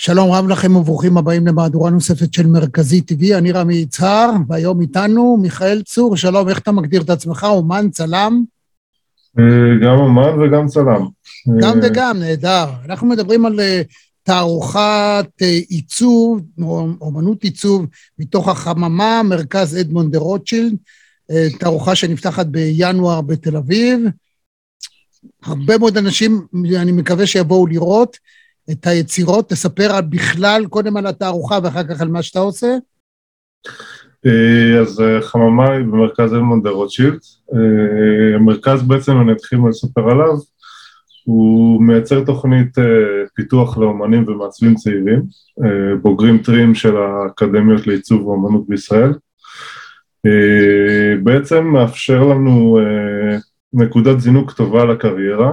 שלום רב לכם וברוכים הבאים למהדורה נוספת של מרכזי טבעי, אני רמי יצהר, והיום איתנו מיכאל צור. שלום, איך אתה מגדיר את עצמך? אומן, צלם? גם אומן וגם צלם. גם וגם, נהדר. אנחנו מדברים על תערוכת עיצוב, אומנות עיצוב, מתוך החממה, מרכז אדמונד דה רוטשילד, תערוכה שנפתחת בינואר בתל אביב. הרבה מאוד אנשים, אני מקווה שיבואו לראות את היצירות. תספר בכלל קודם על התערוכה ואחר כך על מה שאתה עושה. אז חממה היא במרכז אדמונד דה רוטשילד. המרכז בעצם, אני אתחיל לספר עליו, הוא מייצר תוכנית פיתוח לאומנים ומעצבים צעירים, בוגרים טריים של האקדמיות לעיצוב ואומנות בישראל. בעצם מאפשר לנו נקודת זינוק טובה לקריירה,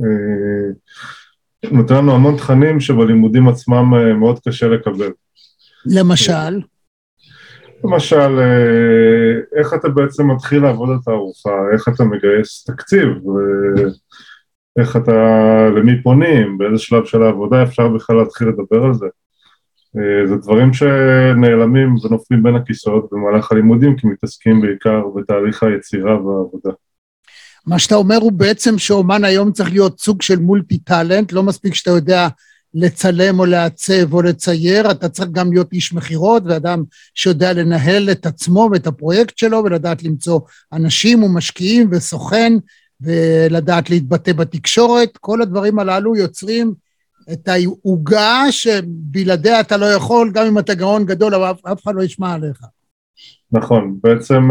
נותן לנו המון תכנים שבלימודים עצמם מאוד קשה לקבל. למשל? למשל, איך אתה בעצם מתחיל לעבוד את התערוכה, איך אתה מגייס תקציב, איך אתה, למי פונים, באיזה שלב של העבודה אפשר בכלל להתחיל לדבר על זה. זה דברים שנעלמים ונופלים בין הכיסאות במהלך הלימודים, כי מתעסקים בעיקר בתהליך היצירה והעבודה. מה שאתה אומר הוא בעצם שאומן היום צריך להיות סוג של מולטי טלנט, לא מספיק שאתה יודע לצלם או לעצב או לצייר, אתה צריך גם להיות איש מחירות, ואדם שיודע לנהל את עצמו ואת הפרויקט שלו, ולדעת למצוא אנשים ומשקיעים וסוכן, ולדעת להתבטא בתקשורת. כל הדברים הללו יוצרים את העוגה שבלעדיה אתה לא יכול, גם אם אתה גאון גדול, אבל אף אחד לא ישמע עליך. נכון, בעצם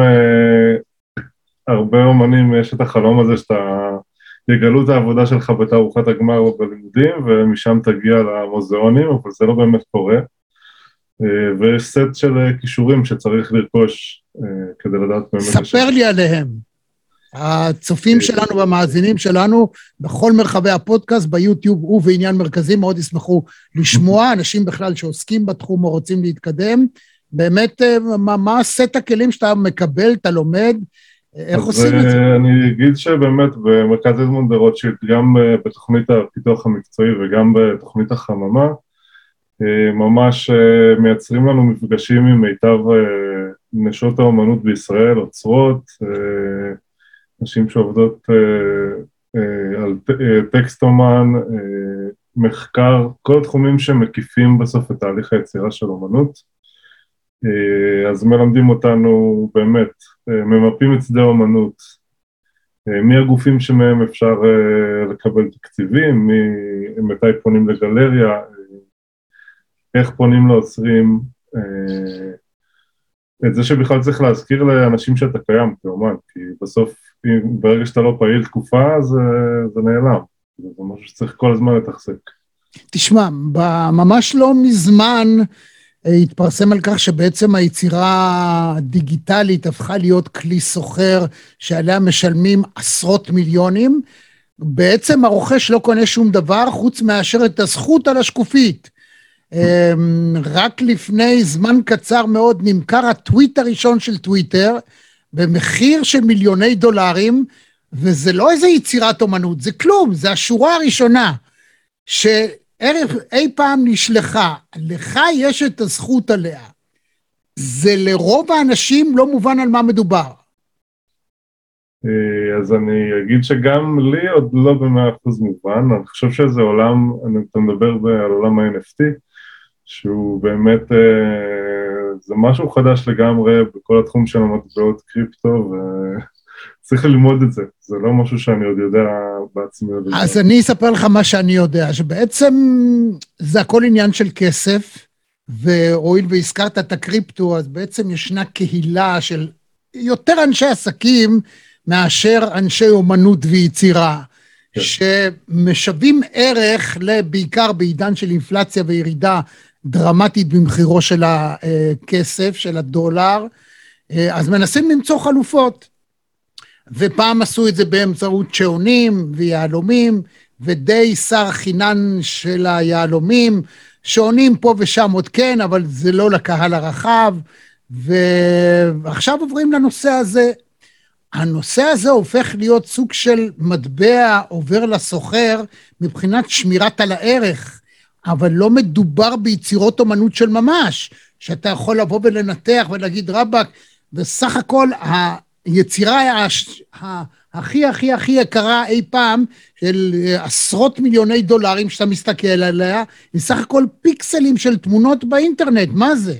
הרבה אומנים יש את החלום הזה שאתה יגלו את העבודה שלך בתערוכת הגמר בלימודים, ומשם תגיע למוזיאונים, אבל זה לא באמת קורה. ויש סט של כישורים שצריך לרכוש כדי לדעת באמת... ספר לי עליהם. הצופים שלנו והמאזינים שלנו, בכל מרחבי הפודקאסט, ביוטיוב ובעניין מרכזי, מאוד ישמחו לשמוע, אנשים בכלל שעוסקים בתחום או רוצים להתקדם. באמת, מה סט הכלים שאתה מקבל, אתה לומד, איך עושים את זה? אני אגיד שבאמת במרכז אדמונד דה רוטשילד, גם בתוכנית הפיתוח המקצועי וגם בתוכנית החממה, ממש מייצרים לנו מפגשים עם מיטב נשות האומנות בישראל, אוצרות, נשים שעובדות על טקסט אומן, מחקר, כל התחומים שמקיפים בסוף את תהליך היצירה של אומנות. אז מלמדים אותנו באמת, ממפים את שדה האומנות, מי הגופים שמהם אפשר לקבל תקציבים, מתי פונים לגלריה, איך פונים לאוצרים, את זה שבכלל צריך להזכיר לאנשים שאתה קיים כאומן, כי בסוף, ברגע שאתה לא פעיל תקופה, זה נעלם, זה משהו שצריך כל הזמן לתחזק. תשמע, ממש לא מזמן, התפרסם על כך שבעצם היצירה הדיגיטלית הפכה להיות כלי סוחר שעליה משלמים עשרות מיליונים. בעצם הרוכש לא קונה שום דבר חוץ מאשר את הזכות על השקופית. רק לפני זמן קצר מאוד נמכר הטוויט הראשון של טוויטר במחיר של מיליוני דולרים, וזה לא איזה יצירת אומנות, זה כלום, זה השורה הראשונה שערב אי פעם נשלחה, לך יש את הזכות עליה. זה לרוב האנשים לא מובן על מה מדובר. אז אני אגיד שגם לי עוד לא ב100% מובן, אני חושב שזה עולם, אתה מדבר על עולם ה-NFT, שהוא באמת, זה משהו חדש לגמרי בכל התחום של המטבעות קריפטו, וצריך ללמוד את זה, זה לא משהו שאני עוד יודע בעצמי. אז אני אספר לך מה שאני יודע, שבעצם זה הכל עניין של כסף, והואיל והזכרת את הקריפטו, אז בעצם ישנה קהילה של יותר אנשי עסקים, מאשר אנשי אומנות ויצירה, שמשווים ערך בעיקר בעידן של אינפלציה וירידה דרמטית במחירו של הכסף, של הדולר, אז מנסים למצוא חלופות, ופעם עשו את זה באמצעות שעונים ויעלומים, ודי שר חינן של היעלומים, שעונים פה ושם עוד כן, אבל זה לא לקהל הרחב, ועכשיו עוברים לנושא הזה. הנושא הזה הופך להיות סוג של מטבע עובר לסוחר מבחינת שמירת על הערך. אבל לא מדובר ביצירות אומנות של ממש, שאתה יכול לבוא ולנתח ולהגיד רבק, וסך הכל היצירה הכי הכי הכי יקרה אי פעם, של עשרות מיליוני דולרים שאתה מסתכל עליה, היא סך הכל פיקסלים של תמונות באינטרנט, מה זה?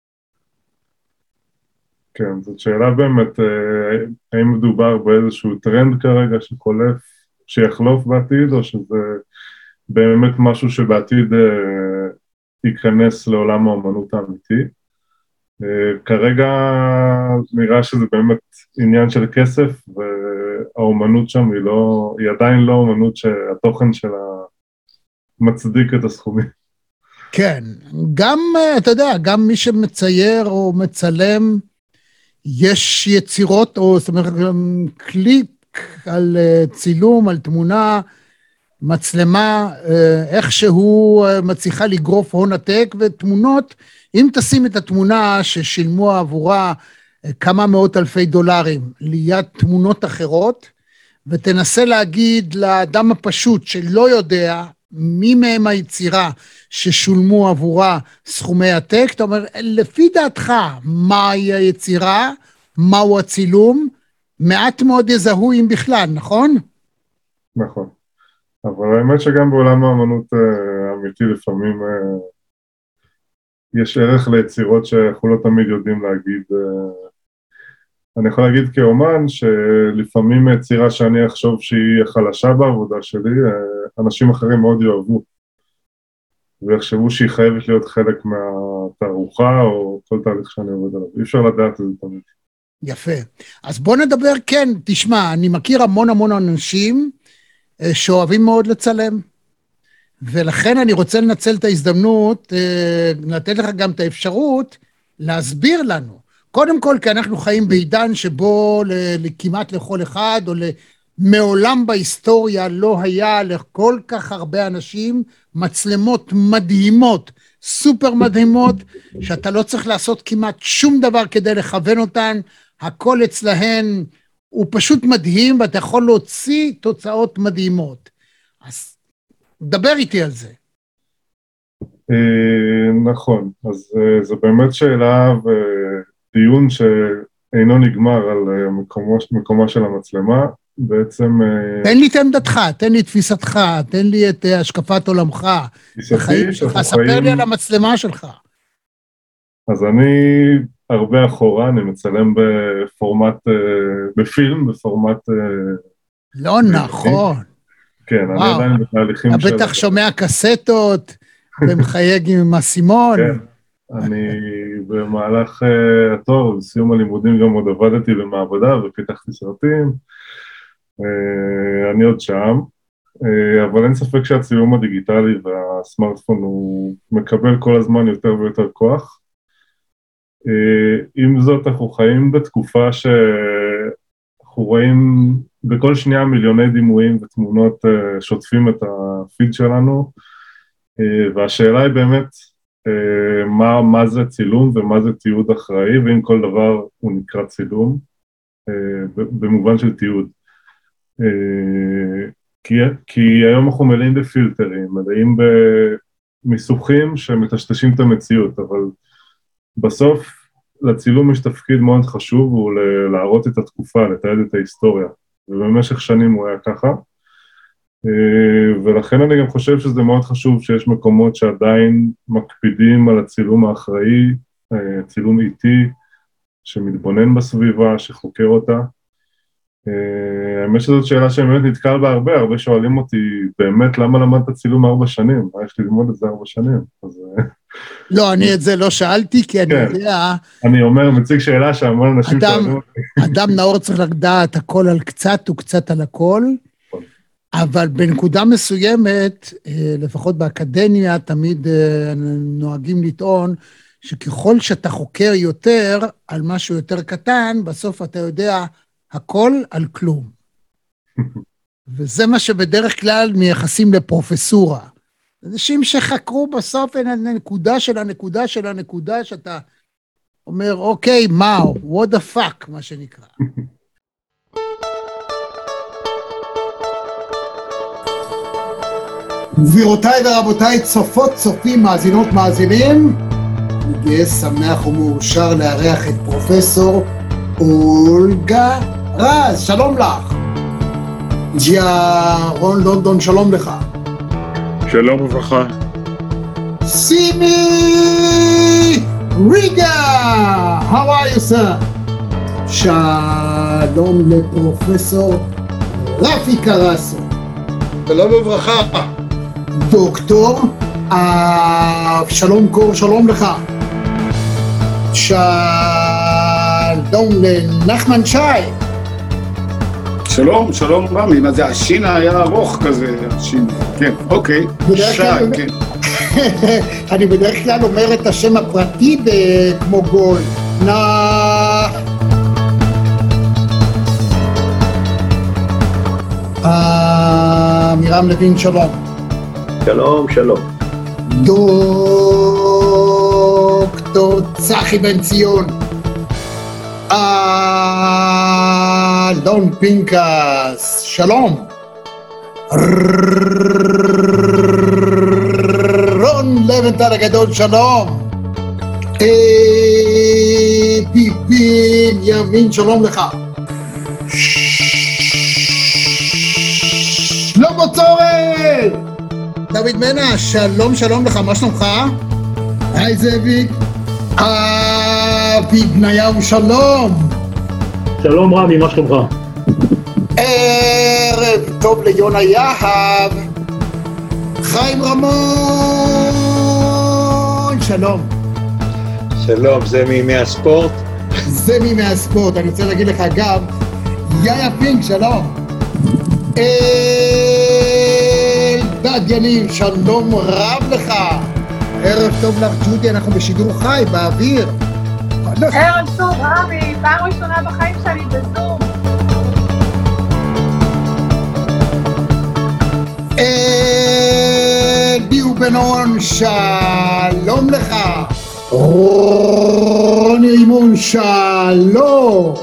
כן, זאת שאלה באמת, האם מדובר באיזשהו טרנד כרגע שחולף, שיחלוף בעתיד, או שזה באמת משהו שבעתיד ייכנס לעולם האמנות האמיתי. כרגע נראה שזה באמת עניין של כסף, והאמנות שם היא עדיין לא אמנות שהתוכן שלה מצדיק את הסכומים. כן, גם, אתה יודע, גם מי שמצייר או מצלם, יש יצירות, או זאת אומרת, קליפ על צילום, על תמונה, מצלמה, איכשהו מצליחה לגרוף הון עתק, ותמונות, אם תשים את התמונה ששילמו עבורה כמה מאות אלפי דולרים, ליד תמונות אחרות, ותנסה להגיד לאדם הפשוט שלא יודע מי מהם היצירה ששולמו עבורה סכומי עתק, אתה אומר, לפי דעתך, מהי היצירה, מהו הצילום, מעט מאוד יזהו אם בכלל, נכון? נכון. אבל האמת שגם בעולם האמנות האמיתי לפעמים יש ערך ליצירות שאנחנו לא תמיד יודעים להגיד. אני יכול להגיד כאומן שלפעמים יצירה שאני אחשוב שהיא חלשה בעבודה שלי, אנשים אחרים מאוד יאהבו, ויחשבו שהיא חייבת להיות חלק מהתערוכה או כל תהליך שאני עובד עליו. אי אפשר לדעת את זה תמיד. יפה. אז בוא נדבר, כן, תשמע, אני מכיר המון אנשים שאוהבים מאוד לצלם, ולכן אני רוצה לנצל את ההזדמנות, לתת לך גם את האפשרות להסביר לנו. קודם כל, כי אנחנו חיים בעידן שבו כמעט לכל אחד, או מעולם בהיסטוריה לא היה לכל כך הרבה אנשים מצלמות מדהימות, סופר מדהימות, שאתה לא צריך לעשות כמעט שום דבר כדי לכוון אותן, הכל אצלהן הוא פשוט מדהים, ואתה יכול להוציא תוצאות מדהימות. אז דבר איתי על זה. נכון, אז זו באמת שאלה ודיון שאינו נגמר על מקומה של המצלמה, בעצם... תן לי את עמדתך, תן לי את תפיסתך, תן לי את השקפת עולמך, החיים שלך, ספר לי על המצלמה שלך. אז אני הרבה אחורה, אני מצלם בפורמט, בפילם, בפורמט... לא נכון. כן, אני עדיין בתהליכים של... אתה בטח שומע קסטות ומחייג עם הסימון. כן, אני במהלך התואר, בסיום הלימודים גם עוד עבדתי במעבדה ופיתחתי סרטים. אני עוד שם, אבל אין ספק שהצילום הדיגיטלי והסמארטפון הוא מקבל כל הזמן יותר ויותר כוח. עם זאת, אנחנו חיים בתקופה שאנחנו רואים בכל שנייה מיליוני דימויים ותמונות שוטפים את הפיד שלנו, והשאלה היא באמת מה זה צילום ומה זה תיעוד אחראי, ואם כל דבר הוא נקרא צילום, במובן של תיעוד. כי היום אנחנו מלאים בפילטרים, מלאים במיסוכים שמטשטשים את המציאות, אבל בסוף לצילום יש תפקיד מאוד חשוב, הוא להראות את התקופה, לתעד את ההיסטוריה, ובמשך שנים הוא היה ככה, ולכן אני גם חושב שזה מאוד חשוב שיש מקומות שעדיין מקפידים על הצילום האחראי, צילום איטי, שמתבונן בסביבה, שחוקר אותה. האמת שזאת שאלה שבאמת נתקל בה הרבה שואלים אותי, באמת למה למדת צילום 4 שנים? מה יש לי ללמוד את זה 4 שנים? לא, אני את זה לא שאלתי, כי אני יודע... אני אומר, מציג שאלה שהמון אנשים שואלים אותי. אדם נאור צריך לדעת הכל על קצת וקצת על הכל, אבל בנקודה מסוימת, לפחות באקדמיה, תמיד נוהגים לטעון, שככל שאתה חוקר יותר על משהו יותר קטן, בסוף אתה יודע הכל על כלום. וזה מה שבדרך כלל מייחסים לפרופסורה. אנשים שחקרו בסוף הנקודה של הנקודה של הנקודה, שאתה אומר, אוקיי, מה, what the fuck, מה שנקרא. גבירותיי ורבותיי, צופות, צופים, מאזינות, מאזינים, אני גאה, שמח ומאושר לארח את פרופסור אולגה רז, שלום לך. רון לונדון, שלום לך. שלום וברכה. סימי ריגה, how are you sir? שלום לפרופסור רפי קרסו. שלום וברכה. דוקטור שלום קור, שלום לך. שלום לנחמן שי. שלום, שלום רמי, מה זה, השין היה ארוך כזה, השין, כן, אוקיי, שי, כן. אני בדרך כלל אומר את השם הפרטי כמו גול. מירם לוין, שלום. שלום, שלום. דוקטור צחי בן ציון. אלון פינקס, שלום. רון לבנטל הגדול, שלום. פיפין ימין, שלום לך. שלמה צורל! דוד מנה, שלום, שלום לך, מה שלומך? היי זאביק. אבי בניהו, שלום. שלום רמי, מה שלומך? ערב טוב ליונה יהב. חיים רמון, שלום. שלום, זה מימי הספורט? זה מימי הספורט, אני רוצה להגיד לך אגב, יאיה פינק, שלום. אלדד יניב, שלום רב לך. ערב טוב לך ג'ודי, אנחנו בשידור חי, באוויר. ערב טוב רמי, פעם ראשונה בחיים שלי בזום. ליאו בן-און, שלום לך. רוני אימון, שלום.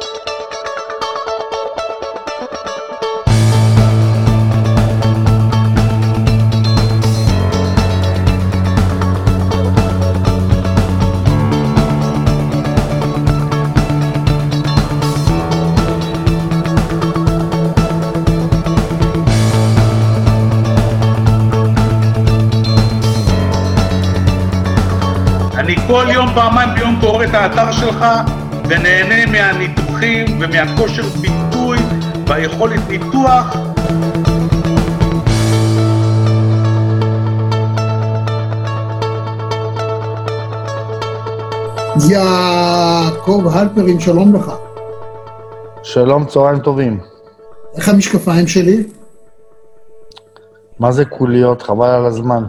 אני כל יום פעמיים ביום קורא את האתר שלך ונהנה מהניתוחים ומהכושר ביטוי והיכולת ניתוח. יעקב הלפרין, שלום לך. שלום, צהריים טובים. איך המשקפיים שלי? מה זה קוליות? חבל על הזמן.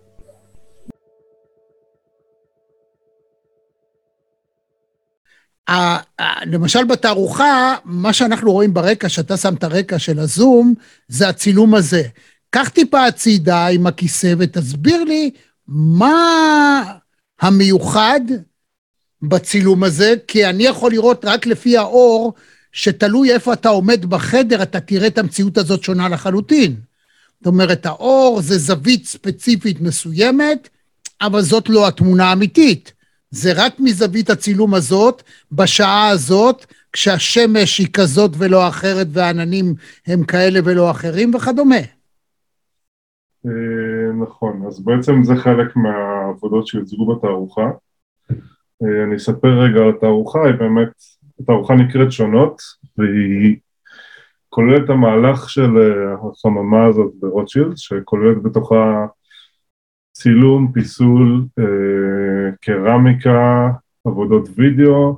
למשל בתערוכה, מה שאנחנו רואים ברקע, שאתה שם את הרקע של הזום, זה הצילום הזה. קח טיפה הצידה עם הכיסא ותסביר לי מה המיוחד בצילום הזה, כי אני יכול לראות רק לפי האור, שתלוי איפה אתה עומד בחדר, אתה תראה את המציאות הזאת שונה לחלוטין. זאת אומרת, האור זה זווית ספציפית מסוימת, אבל זאת לא התמונה האמיתית. זה רק מזווית הצילום הזאת, בשעה הזאת, כשהשמש היא כזאת ולא אחרת, והעננים הם כאלה ולא אחרים וכדומה. נכון, אז בעצם זה חלק מהעבודות שיוצגו בתערוכה. אני אספר רגע על התערוכה, היא באמת, התערוכה נקראת שונות, והיא כוללת המהלך של החממה הזאת ברוטשילד, שכוללת בתוכה צילום, פיסול, קרמיקה, עבודות וידאו,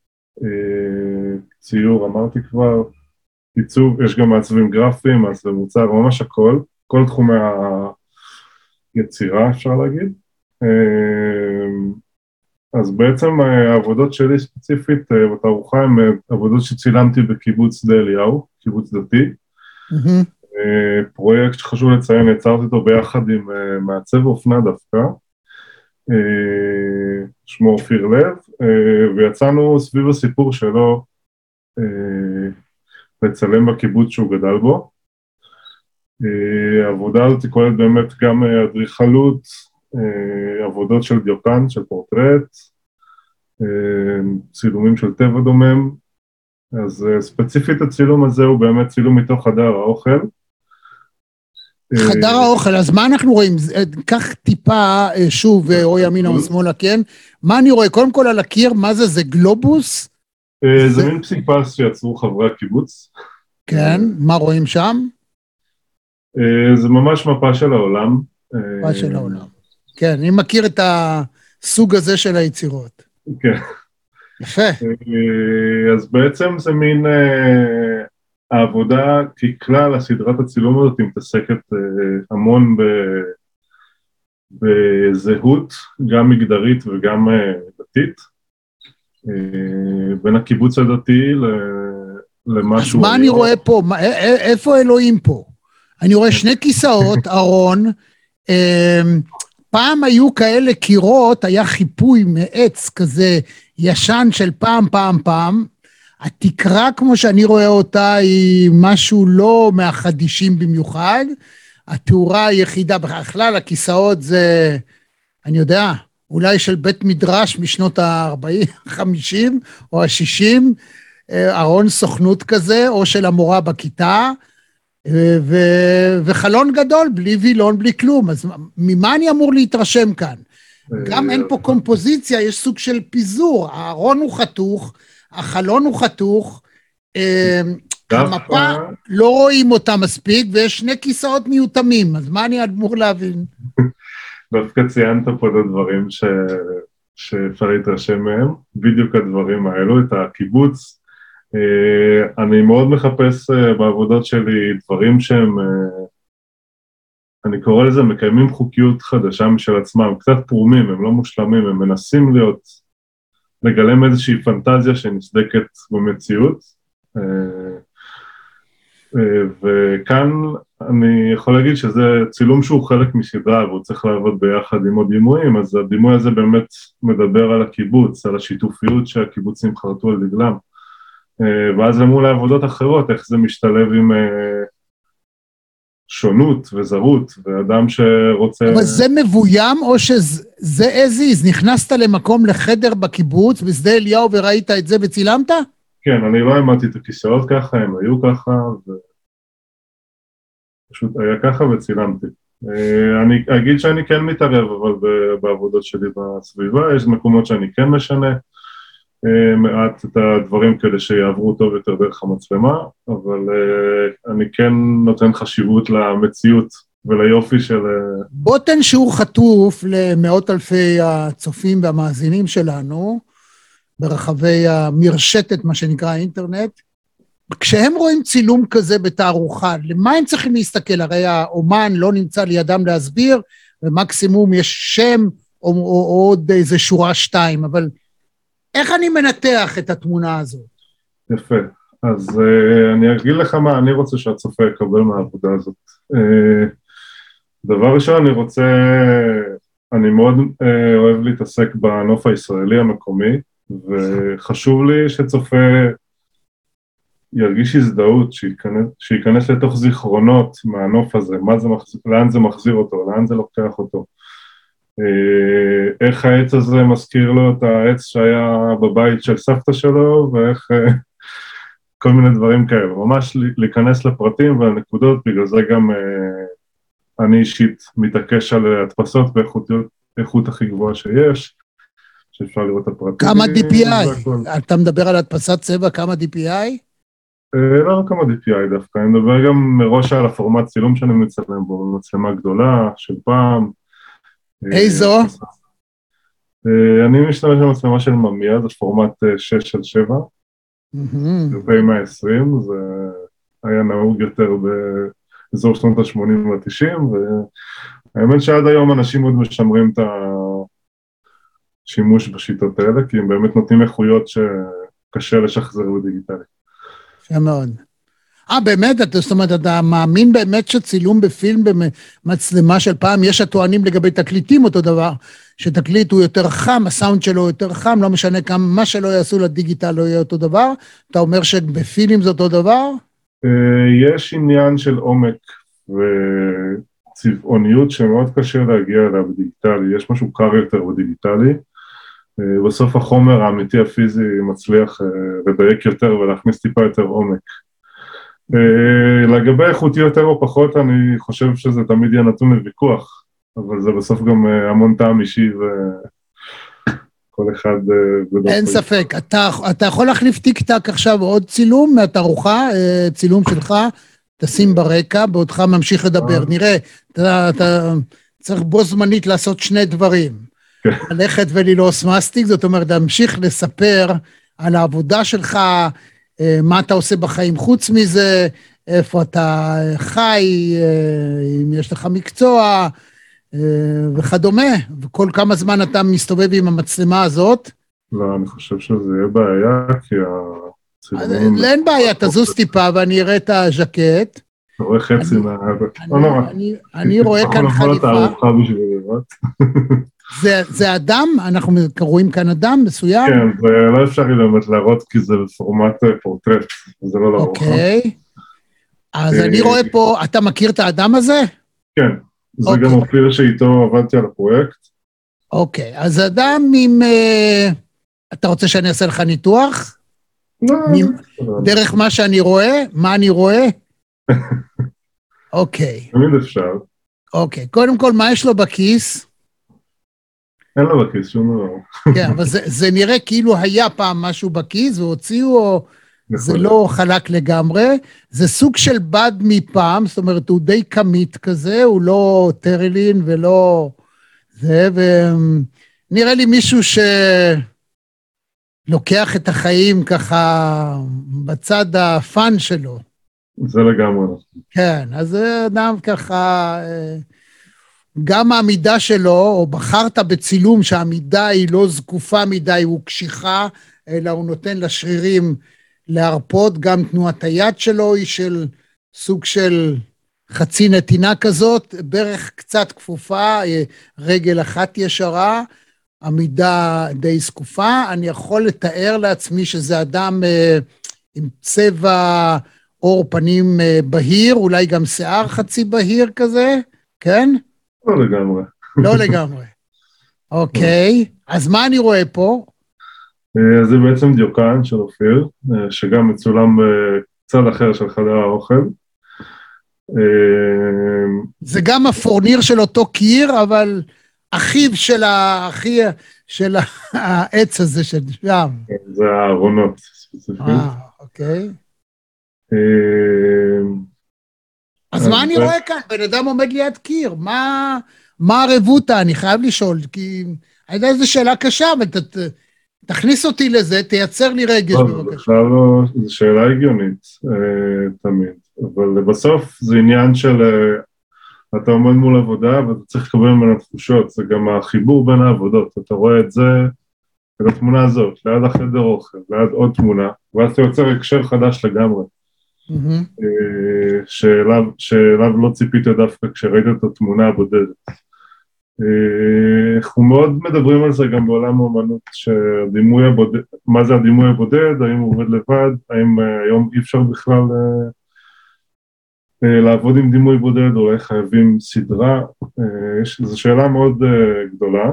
ציור, אמרתי כבר, עיצוב, יש גם מעצבים גרפיים, אז זה מוצר, ממש הכל, כל תחומי היצירה אפשר להגיד. אז בעצם העבודות שלי ספציפית בתערוכה הן עבודות שצילמתי בקיבוץ שדה אליהו, קיבוץ דתי. פרויקט שחשוב לציין, יצרתי אותו ביחד עם מעצב אופנה דווקא, שמו אופיר לב, ויצאנו סביב הסיפור שלו לצלם בקיבוץ שהוא גדל בו. העבודה הזאת כוללת באמת גם אדריכלות, עבודות של דיוקן, של פורטרט, צילומים של טבע דומם, אז ספציפית הצילום הזה הוא באמת צילום מתוך חדר האוכל. חדר האוכל, אז מה אנחנו רואים? קח טיפה, שוב, או ימינה או שמאלה, כן? מה אני רואה? קודם כל על הקיר, מה זה? זה גלובוס? זה מין פסיפס שיצרו חברי הקיבוץ. כן, מה רואים שם? זה ממש מפה של העולם. מפה של העולם. כן, אני מכיר את הסוג הזה של היצירות. כן. יפה. אז בעצם זה מין העבודה, ככלל, הסדרת הצילום הזאת מתעסקת המון בזהות, גם מגדרית וגם דתית, בין הקיבוץ הדתי למשהו... אז מה אני רואה פה? איפה אלוהים פה? אני רואה שני כיסאות, ארון, פעם היו כאלה קירות, היה חיפוי מעץ כזה ישן של פעם, התקרה כמו שאני רואה אותה היא משהו לא מהחדישים במיוחד, התאורה היחידה, בכלל הכיסאות זה, אני יודע, אולי של בית מדרש משנות ה-40, 50 או ה-60, ארון סוכנות כזה, או של המורה בכיתה, וחלון גדול, בלי וילון, בלי כלום, אז ממה אני אמור להתרשם כאן? גם אין פה קומפוזיציה, יש סוג של פיזור, הארון הוא חתוך, החלון הוא חתוך, המפה לא רואים אותה מספיק, ויש שני כיסאות מיותמים, אז מה אני אמור להבין? דווקא ציינת פה את הדברים שאפשר להתרשם מהם, בדיוק הדברים האלו, את הקיבוץ. אני מאוד מחפש בעבודות שלי דברים שהם, אני קורא לזה, מקיימים חוקיות חדשה משל עצמם, קצת פרומים, הם לא מושלמים, הם מנסים לגלם איזושהי פנטזיה שנסדקת במציאות, וכאן אני יכול להגיד שזה צילום שהוא חלק מסדרה, והוא צריך לעבוד ביחד עם עוד דימויים, אז הדימוי הזה באמת מדבר על הקיבוץ, על השיתופיות שהקיבוצים חרטו על דגלם, ואז למול העבודות אחרות, איך זה משתלב עם שונות וזרות, ואדם שרוצה... אבל זה מבוים או שזה איזיז? נכנסת למקום לחדר בקיבוץ, בשדה אליהו וראית את זה וצילמת? כן, אני לא העמדתי את הכיסאות ככה, הם היו ככה, פשוט היה ככה וצילמתי. אני אגיד שאני כן מתערב, אבל בעבודות שלי בסביבה, יש מקומות שאני כן משנה, מעט את הדברים כדי שיעברו טוב יותר דרך המצלמה, אבל אני כן נותן חשיבות למציאות וליופי של... בוא תן שיעור חטוף למאות אלפי הצופים והמאזינים שלנו, ברחבי המרשתת, מה שנקרא האינטרנט, כשהם רואים צילום כזה בתערוכה, למה הם צריכים להסתכל? הרי האומן לא נמצא לידם להסביר, ומקסימום יש שם או עוד איזה שורה 2, אבל איך אני מנתח את התמונה הזאת? יפה, אז אני אגיד לך מה אני רוצה שהצופה יקבל מהעבודה הזאת. דבר ראשון, אני מאוד אוהב להתעסק בנוף הישראלי המקומי, וחשוב לי שצופה ירגיש הזדהות, שייכנס לתוך זיכרונות מהנוף הזה, לאן זה מחזיר אותו, לאן זה לוקח אותו. איך העץ הזה מזכיר לו את העץ שהיה בבית של סבתא שלו, ואיך כל מיני דברים כאלה. ממש להיכנס לפרטים והנקודות, בגלל זה גם אני אישית מתעקש על הדפסות באיכות הכי גבוהה שיש, שאפשר לראות את הפרטים. כמה DPI? אתה מדבר על הדפסת צבע, כמה DPI? לא רק כמה DPI דווקא, אני מדבר גם מראש על הפורמט צילום שאני מצלם בו, מצלמה גדולה של פעם. איזו? אני משתמש במצלמה של ממיה, זה פורמט 6x7, ב-120, זה היה נהוג יותר באזור שנות ה-80 וה-90, והאמת שעד היום אנשים עוד משמרים את השימוש בשיטות האלה, כי הם באמת נותנים איכויות שקשה לשחזר בדיגיטלי. יפה מאוד. באמת, זאת אומרת, אתה מאמין באמת שצילום בפילם במצלמה של פעם, יש הטוענים לגבי תקליטים אותו דבר, שתקליט הוא יותר חם, הסאונד שלו יותר חם, לא משנה כמה, מה שלא יעשו לדיגיטל לא יהיה אותו דבר, אתה אומר שבפילם זה אותו דבר? יש עניין של עומק וצבעוניות שמאוד קשה להגיע אליה בדיגיטלי, יש משהו קר יותר בדיגיטלי, בסוף החומר האמיתי הפיזי מצליח לדייק יותר ולהכניס טיפה יותר עומק. לגבי איכותי יותר או פחות, אני חושב שזה תמיד יהיה נתון לוויכוח, אבל זה בסוף גם המון טעם אישי וכל אחד... אין ספק, אתה יכול להחליף טיק-טק עכשיו עוד צילום מהתערוכה, צילום שלך, תשים ברקע, בעודך ממשיך לדבר. נראה, אתה צריך בו זמנית לעשות שני דברים. ללכת וללעוס מסטיק, זאת אומרת, להמשיך לספר על העבודה שלך, מה אתה עושה בחיים חוץ מזה, איפה אתה חי, אם יש לך מקצוע, וכדומה, וכל כמה זמן אתה מסתובב עם המצלמה הזאת. לא, אני חושב שזה יהיה בעיה, כי הצילומים... אין בעיה, תזוז טיפה ואני אראה את הז'קט. אתה רואה חצי אני רואה כאן חליפה. זה אדם? אנחנו רואים כאן אדם מסוים? כן, זה לא אפשרי באמת להראות, כי זה בפורמט פורטרט, זה לא לרוחב. אוקיי, אז אני רואה פה, אתה מכיר את האדם הזה? כן, זה גם אופיר שאיתו עבדתי על הפרויקט. אוקיי, אז אדם עם... אתה רוצה שאני אעשה לך ניתוח? לא. דרך מה שאני רואה? מה אני רואה? אוקיי. תמיד אפשר. אוקיי, קודם כל, מה יש לו בכיס? אין לו בכיס, שום דבר. כן, אבל זה נראה כאילו היה פעם משהו בכיס, והוציאו, או זה לא חלק לגמרי. זה סוג של בד מפעם, זאת אומרת, הוא די קמית כזה, הוא לא טרלין ולא זה, ונראה לי מישהו שלוקח את החיים ככה בצד הפן שלו. זה לגמרי. כן, אז זה אדם ככה... גם העמידה שלו, או בחרת בצילום שהעמידה היא לא זקופה מדי, הוא קשיחה, אלא הוא נותן לשרירים להרפות, גם תנועת היד שלו היא של סוג של חצי נתינה כזאת, ברך קצת כפופה, רגל אחת ישרה, עמידה די זקופה. אני יכול לתאר לעצמי שזה אדם עם צבע אור פנים בהיר, אולי גם שיער חצי בהיר כזה, כן? לא לגמרי. לא לגמרי. אוקיי, אז מה אני רואה פה? זה בעצם דיוקן של אופיר, שגם מצולם בצד אחר של חדר האוכל. זה גם הפורניר של אותו קיר, אבל אחיו של העץ הזה של שם. זה הארונות ספציפית. אוקיי. אז מה אני רואה כאן? בן אדם עומד ליד קיר, מה הרבותה? אני חייב לשאול, כי אני יודע איזו שאלה קשה, אבל תכניס אותי לזה, תייצר לי רגש בבקשה. זו שאלה הגיונית, תמיד, אבל בסוף זה עניין של, אתה עומד מול עבודה, ואתה צריך לקבל ממנה תחושות, זה גם החיבור בין העבודות, אתה רואה את זה, את התמונה הזאת, ליד החדר אוכל, ליד עוד תמונה, ואז אתה יוצר הקשר חדש לגמרי. שאליו לא ציפית דווקא כשראית את התמונה הבודדת. אנחנו מאוד מדברים על זה גם בעולם האמנות, שהדימוי הבודד, מה זה הדימוי הבודד, האם הוא עובד לבד, האם היום אי אפשר בכלל לעבוד עם דימוי בודד, או איך חייבים סדרה, זו שאלה מאוד גדולה,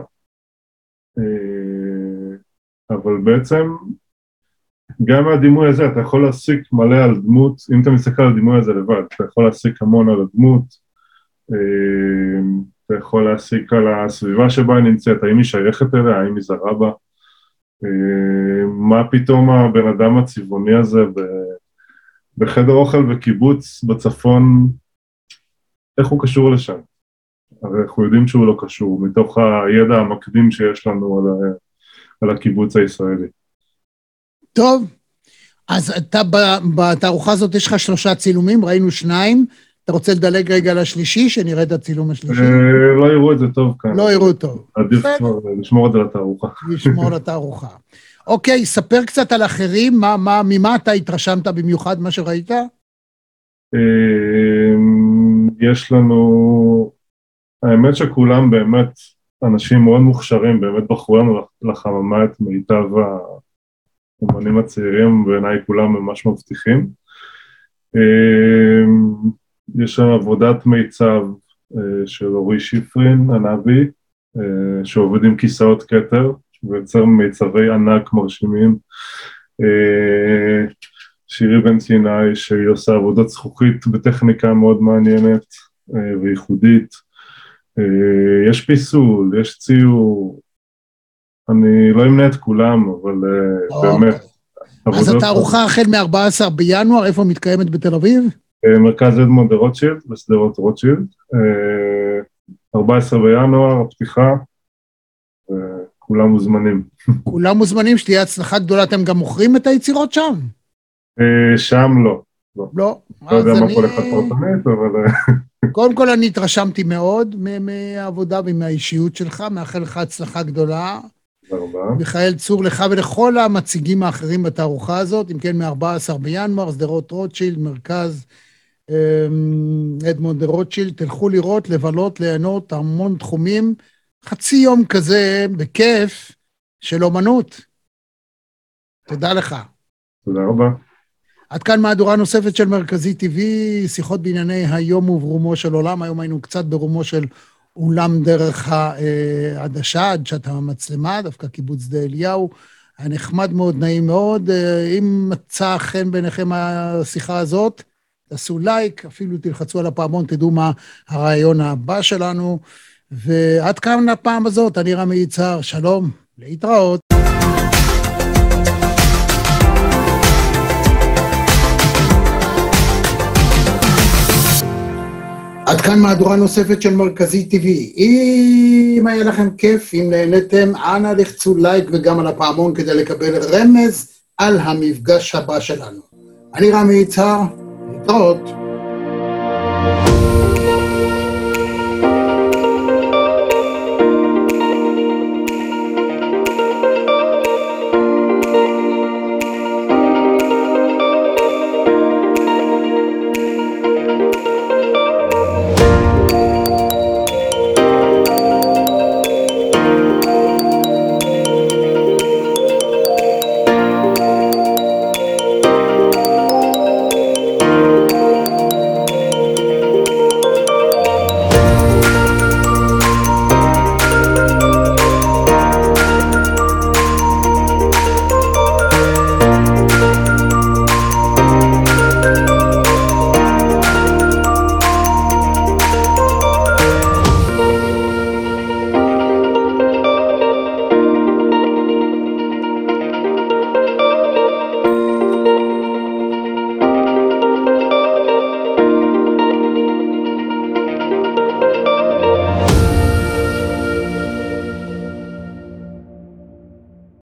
אבל בעצם גם מהדימוי הזה אתה יכול להסיק מלא על דמות, אם אתה מסתכל על הדימוי הזה לבד, אתה יכול להסיק המון על הדמות, אתה יכול להסיק על הסביבה שבה היא נמצאת, האם היא שייכת אליה, האם היא זרה בה, מה פתאום הבן אדם הצבעוני הזה בחדר אוכל וקיבוץ בצפון, איך הוא קשור לשם? הרי אנחנו יודעים שהוא לא קשור, מתוך הידע המקדים שיש לנו על הקיבוץ הישראלי. טוב, אז אתה בתערוכה הזאת יש לך 3 צילומים, ראינו 2, אתה רוצה לדלג רגע לשלישי, שנראה את הצילום השלישי? לא יראו את זה טוב כאן. לא יראו טוב. עדיף כבר לשמור את זה לתערוכה. לשמור לתערוכה. אוקיי, ספר קצת על אחרים, ממה אתה התרשמת במיוחד מה שראית? יש לנו, האמת שכולם באמת אנשים מאוד מוכשרים, באמת בחרו לנו לחממה את מיטב האמנים הצעירים, בעיניי כולם ממש מבטיחים. יש שם עבודת מיצב של אורי שיפרין, הנביא, שעובד עם כיסאות כתר, ויוצר מיצבי ענק מרשימים. שירי בן סיני, שהיא עושה עבודת זכוכית בטכניקה מאוד מעניינת וייחודית. יש פיסול, יש ציור, אני לא אמנה את כולם, אבל באמת. אז התערוכה החל מ-14 בינואר, איפה מתקיימת בתל אביב? מרכז אדמונד רוטשילד, בסדרות רוטשילד. 14 בינואר, הפתיחה, וכולם מוזמנים. כולם מוזמנים, שתהיה הצלחה גדולה, אתם גם מוכרים את היצירות שם? שם לא. לא. לא יודע מה כל אחד פרטנית, אבל... קודם כל אני התרשמתי מאוד מהעבודה ומהאישיות שלך, מאחל לך הצלחה גדולה. מיכאל צור, לך ולכל המציגים האחרים בתערוכה הזאת, אם כן מ-14 בינואר, סדרות רוטשילד, מרכז אדמונד רוטשילד, תלכו לראות, לבלות, ליהנות, המון תחומים, חצי יום כזה בכיף של אומנות. תודה לך. תודה רבה. עד כאן מהדורה נוספת של מרכזי TV, שיחות בענייני היום וברומו של עולם, היום היינו קצת ברומו של אולם דרך העדשה, עד שאתה המצלמה, דווקא קיבוץ שדה אליהו, היה נחמד מאוד, נעים מאוד, אם מצא חן ביניכם השיחה הזאת, תעשו לייק, אפילו תלחצו על הפעמון, תדעו מה הרעיון הבא שלנו, ועד כאן הפעם הזאת, אני רמי יצהר, שלום, להתראות. עד כאן מהדורה נוספת של מרכזי TV. אם היה לכם כיף, אם נהנתם, אנא לחצו לייק וגם על הפעמון כדי לקבל רמז על המפגש הבא שלנו. אני רמי יצהר, להתראות.